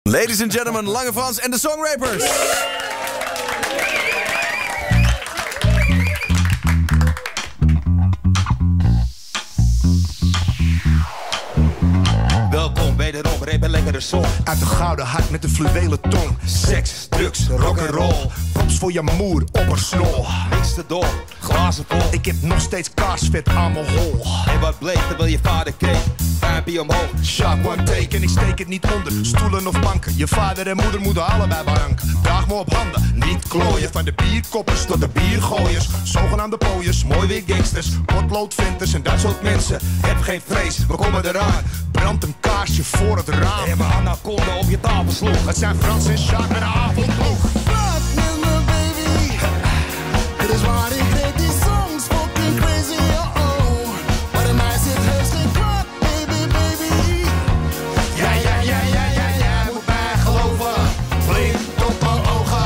Ladies and gentlemen, Lange Frans en de Songrapers. Welkom, wederom, repen lekkere song. Uit de gouden hart met de fluwelen tong. Seks, drugs, rock'n'roll. Props voor je moer op haar snol. Niks te door, glazen vol. Ik heb nog steeds kaarsvet aan mijn hol. En wat bleek terwijl je vader keek? Duimpje omhoog. Shot one take en ik steek het niet onder stoelen of banken. Je vader en moeder moeten allebei bedanken. Draag me op handen, niet klooien. Van de bierkoppers tot de biergooiers. Zogenaamde pooiers, mooi weer gangsters. Potloodventers en dat soort mensen. Heb geen vrees, we komen eraan. Brand een kaarsje voor het raam. En mijn anaconda op je tafel sloeg. Het zijn Frans en Sjaak met een avondploeg. Praat met me baby. Het is waar ik reed die songs fucking crazy, oh oh. Maar de meisje zit heus geen kwaad, baby, baby. Ja, moet mij geloven. Blind op mijn ogen.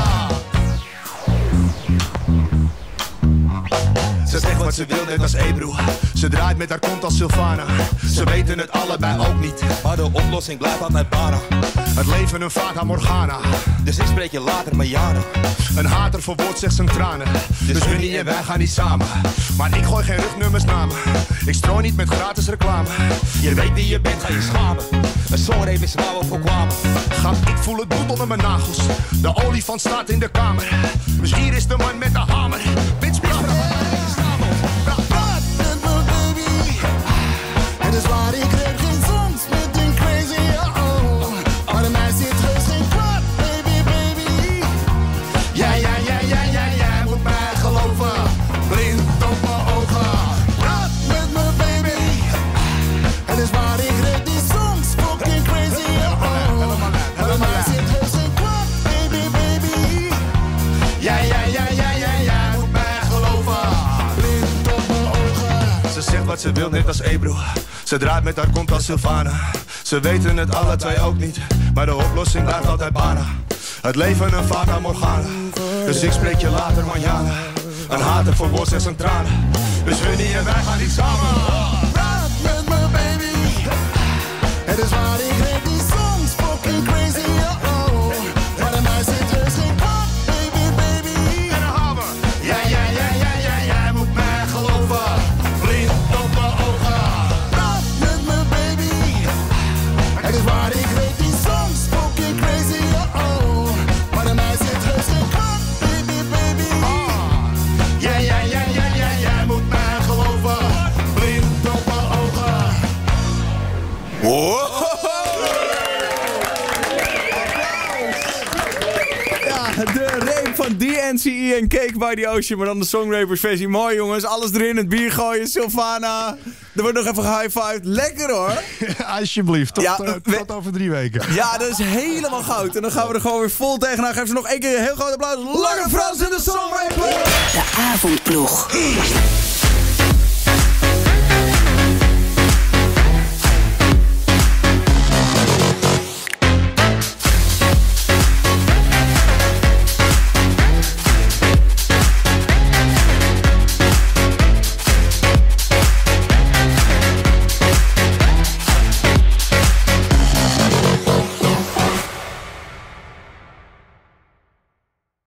Ze zegt wat ze wil, net als Ebro. Ze draait met haar kont als Sylvana. Ze weten het allebei ook niet. Maar de oplossing blijft altijd bana. Het leven een Fata Morgana. Dus ik spreek je later maar jaren. Een hater verwoordt zegt zijn tranen. Dus Hunnie en wij gaan niet samen. Maar ik gooi geen rugnummers naar me. Ik strooi niet met gratis reclame. Je weet wie je bent, ga je schamen. Een songrape is waar we voor kwamen. Gat, ik voel het bloed onder mijn nagels. De olifant staat in de kamer. Dus hier is de man met de hamer. Bitch, praat met me baby. Het is waar ik reed geen songs met een crazy, oh oh. Maar de meisje zit heus geen kwaad, baby, baby. Ja, moet mij geloven. Blind op mijn ogen. Praat met me baby. Het is waar ik reed die songs fucking crazy, oh oh. Maar de meisje zit heus geen kwaad, baby, baby. Ja, moet mij geloven. Blind op mijn ogen. Ze zegt wat ze wil, net als Ebro. Ze draait met haar kont als Sylvana. Ze weten het alle twee ook niet. Maar de oplossing blijft altijd bana. Het leven een Fata Morgana. Dus ik spreek je later manjana. Een hater voor worst en zijn tranen. Dus Hunnie en wij gaan niet samen. Praat met me baby. Het is waar ik reed die songs fucking crazy, oh oh. Maar de meisje zit heus geen kwaad, baby, baby. En een hamer. Ja, moet mij geloven. Blind op mijn ogen. Praat met me baby. Het is waar ik reed die songs fucking crazy, oh oh. Maar de meisje zit heus geen kwaad, baby, baby. Ja, moet mij geloven. Blind op mijn ogen. Wow. Ja, de reep van DNCE en Cake by the Ocean, maar dan de Songrapers versie. Mooi jongens, alles erin, het bier gooien, Sylvana. Er wordt nog even gehighfived. Lekker hoor. Alsjeblieft, tot Ja, over 3 weken. Ja, dat is helemaal goud. En dan gaan we er gewoon weer vol tegenaan. Geef ze nog één keer een heel groot applaus. Lange Frans en de Songrapers. De avondploeg.